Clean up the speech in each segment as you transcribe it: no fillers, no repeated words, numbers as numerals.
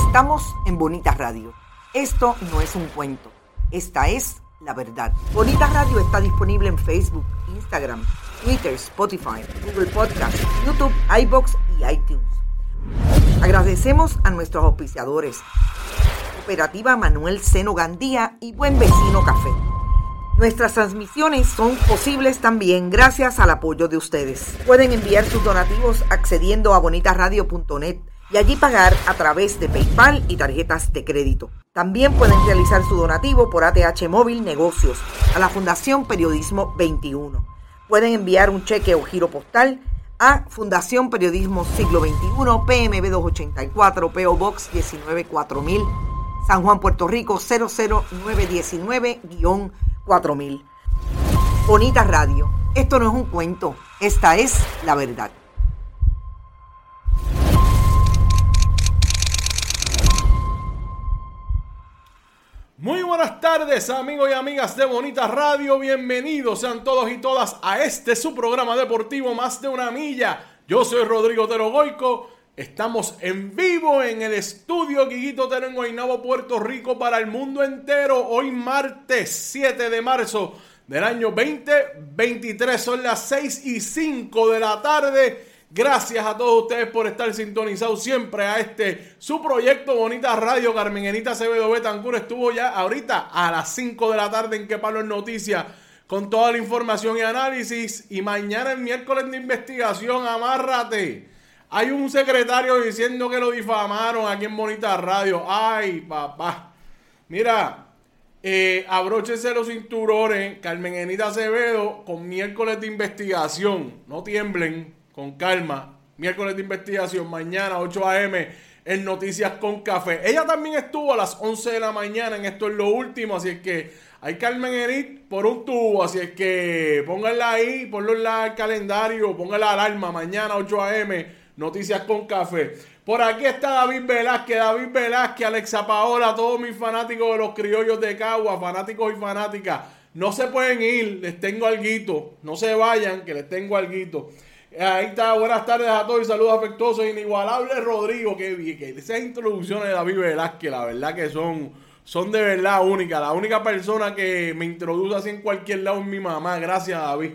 Estamos en Bonita Radio. Esto no es un cuento. Esta es la verdad. Bonita Radio está disponible en Facebook, Instagram, Twitter, Spotify, Google Podcast, YouTube, iVoox y iTunes. Agradecemos a nuestros auspiciadores, Cooperativa Manuel Seno Gandía y Buen Vecino Café. Nuestras transmisiones son posibles también gracias al apoyo de ustedes. Pueden enviar sus donativos accediendo a bonitaradio.net y allí pagar a través de PayPal y tarjetas de crédito. También pueden realizar su donativo por ATH Móvil Negocios a la Fundación Periodismo 21. Pueden enviar un cheque o giro postal a Fundación Periodismo Siglo XXI, PMB 284, PO Box 194000, San Juan, Puerto Rico 00919-4000. Bonita Radio. Esto no es un cuento, esta es la verdad. Muy buenas tardes, amigos y amigas de Bonita Radio. Bienvenidos sean todos y todas a su programa deportivo Más de una Milla. Yo soy Rodrigo Otero Goico. Estamos en vivo en el estudio Guiguito Otero en Guaynabo, Puerto Rico, para el mundo entero. Hoy martes 7 de marzo del año 2023. Son las 6:05 de la tarde. Gracias a todos ustedes por estar sintonizados siempre a su proyecto Bonita Radio. Carmen Enita Acevedo Betancur estuvo ya ahorita a las 5 de la tarde en Que Palo en Noticias con toda la información y análisis. Y mañana el miércoles de investigación, amárrate. Hay un secretario diciendo que lo difamaron aquí en Bonita Radio. Ay, papá. Mira, abróchense los cinturones. Carmen Enita Acevedo con miércoles de investigación. No tiemblen. Con calma, miércoles de investigación, mañana 8 a.m. en Noticias con Café. Ella también estuvo a las 11 de la mañana en Esto es lo Último, así es que hay Carmen Enit por un tubo, así es que pónganla ahí, ponlo en el calendario, pongan la alarma, mañana 8 a.m. Noticias con Café. Por aquí está David Velázquez, Alexa Paola, todos mis fanáticos de los criollos de Cagua, fanáticos y fanáticas, no se pueden ir, les tengo alguito, no se vayan, que les tengo alguito. Ahí está, buenas tardes a todos y saludos afectuosos. Inigualable Rodrigo, que esas introducciones de David Velázquez, la verdad que son de verdad únicas. La única persona que me introduce así en cualquier lado es mi mamá. Gracias, David.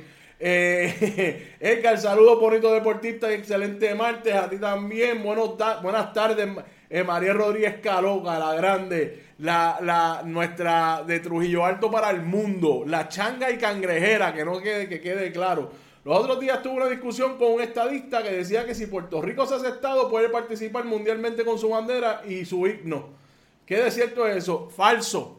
Edgar, saludos, bonito deportista y excelente martes. A ti también, buenas tardes. María Rodríguez Caloca, la grande, nuestra de Trujillo Alto para el mundo, la changa y cangrejera, que quede claro. Los otros días tuve una discusión con un estadista que decía que si Puerto Rico se hace estado puede participar mundialmente con su bandera y su himno. ¿Qué de cierto es eso? Falso.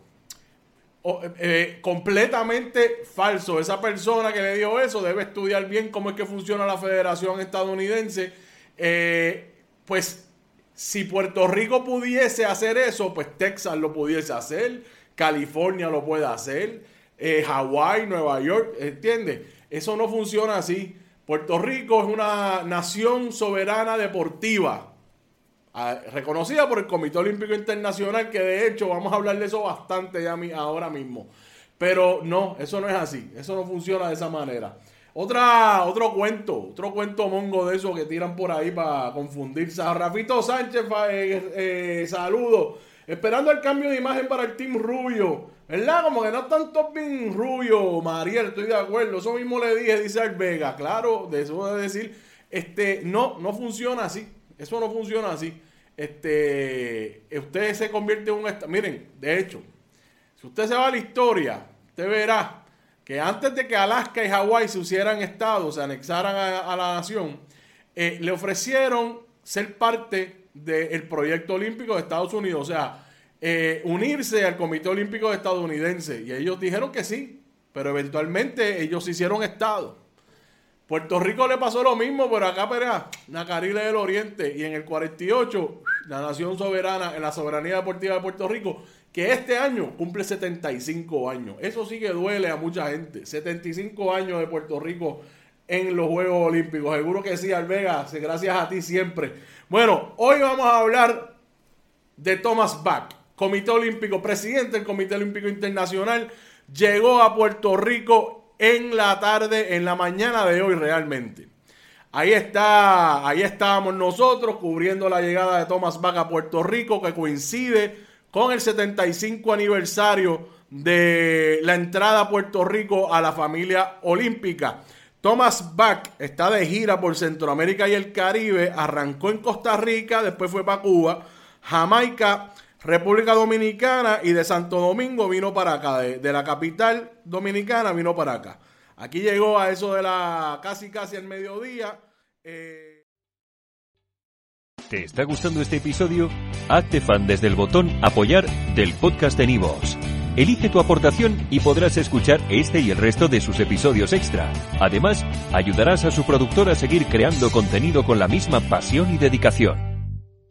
Completamente falso. Esa persona que le dio eso debe estudiar bien cómo es que funciona la Federación Estadounidense. Pues si Puerto Rico pudiese hacer eso, pues Texas lo pudiese hacer, California lo puede hacer, Hawái, Nueva York, ¿entiendes? Eso no funciona así. Puerto Rico es una nación soberana deportiva, reconocida por el Comité Olímpico Internacional, que de hecho vamos a hablar de eso bastante ya ahora mismo. Pero no, eso no es así. Eso no funciona de esa manera. Otro cuento mongo de eso que tiran por ahí para confundirse. A Rafito Sánchez, saludos. Esperando el cambio de imagen para el Team Rubio. ¿Verdad? Como que no están todos bien rubios, Mariel, estoy de acuerdo. Eso mismo le dije, dice Alvega. Claro, de eso de decir, no funciona así. Eso no funciona así. Usted se convierte en un... Miren, de hecho, si usted se va a la historia, usted verá que antes de que Alaska y Hawái se hicieran estados, se anexaran a la nación, le ofrecieron ser parte del proyecto olímpico de Estados Unidos. O sea, unirse al Comité Olímpico Estadounidense. Y ellos dijeron que sí, pero eventualmente ellos se hicieron estado. Puerto Rico le pasó lo mismo, pero acá, Nacarile del Oriente. Y en el 48, la nación soberana, en la soberanía deportiva de Puerto Rico, que este año cumple 75 años. Eso sí que duele a mucha gente. 75 años de Puerto Rico en los Juegos Olímpicos. Seguro que sí, Alvega. Gracias a ti siempre. Bueno, hoy vamos a hablar de Thomas Bach, Comité Olímpico, presidente del Comité Olímpico Internacional. Llegó a Puerto Rico en la tarde, en la mañana de hoy realmente. ahí estábamos nosotros cubriendo la llegada de Thomas Bach a Puerto Rico, que coincide con el 75 aniversario de la entrada a Puerto Rico a la familia olímpica. Thomas Bach está de gira por Centroamérica y el Caribe, arrancó en Costa Rica, después fue para Cuba, Jamaica, República Dominicana, y de Santo Domingo vino para acá, de la capital dominicana vino para acá. Aquí llegó a eso de la casi al mediodía. ¿Te está gustando este episodio? Hazte fan desde el botón Apoyar del podcast de Nivos. Elige tu aportación y podrás escuchar este y el resto de sus episodios extra. Además, ayudarás a su productor a seguir creando contenido con la misma pasión y dedicación.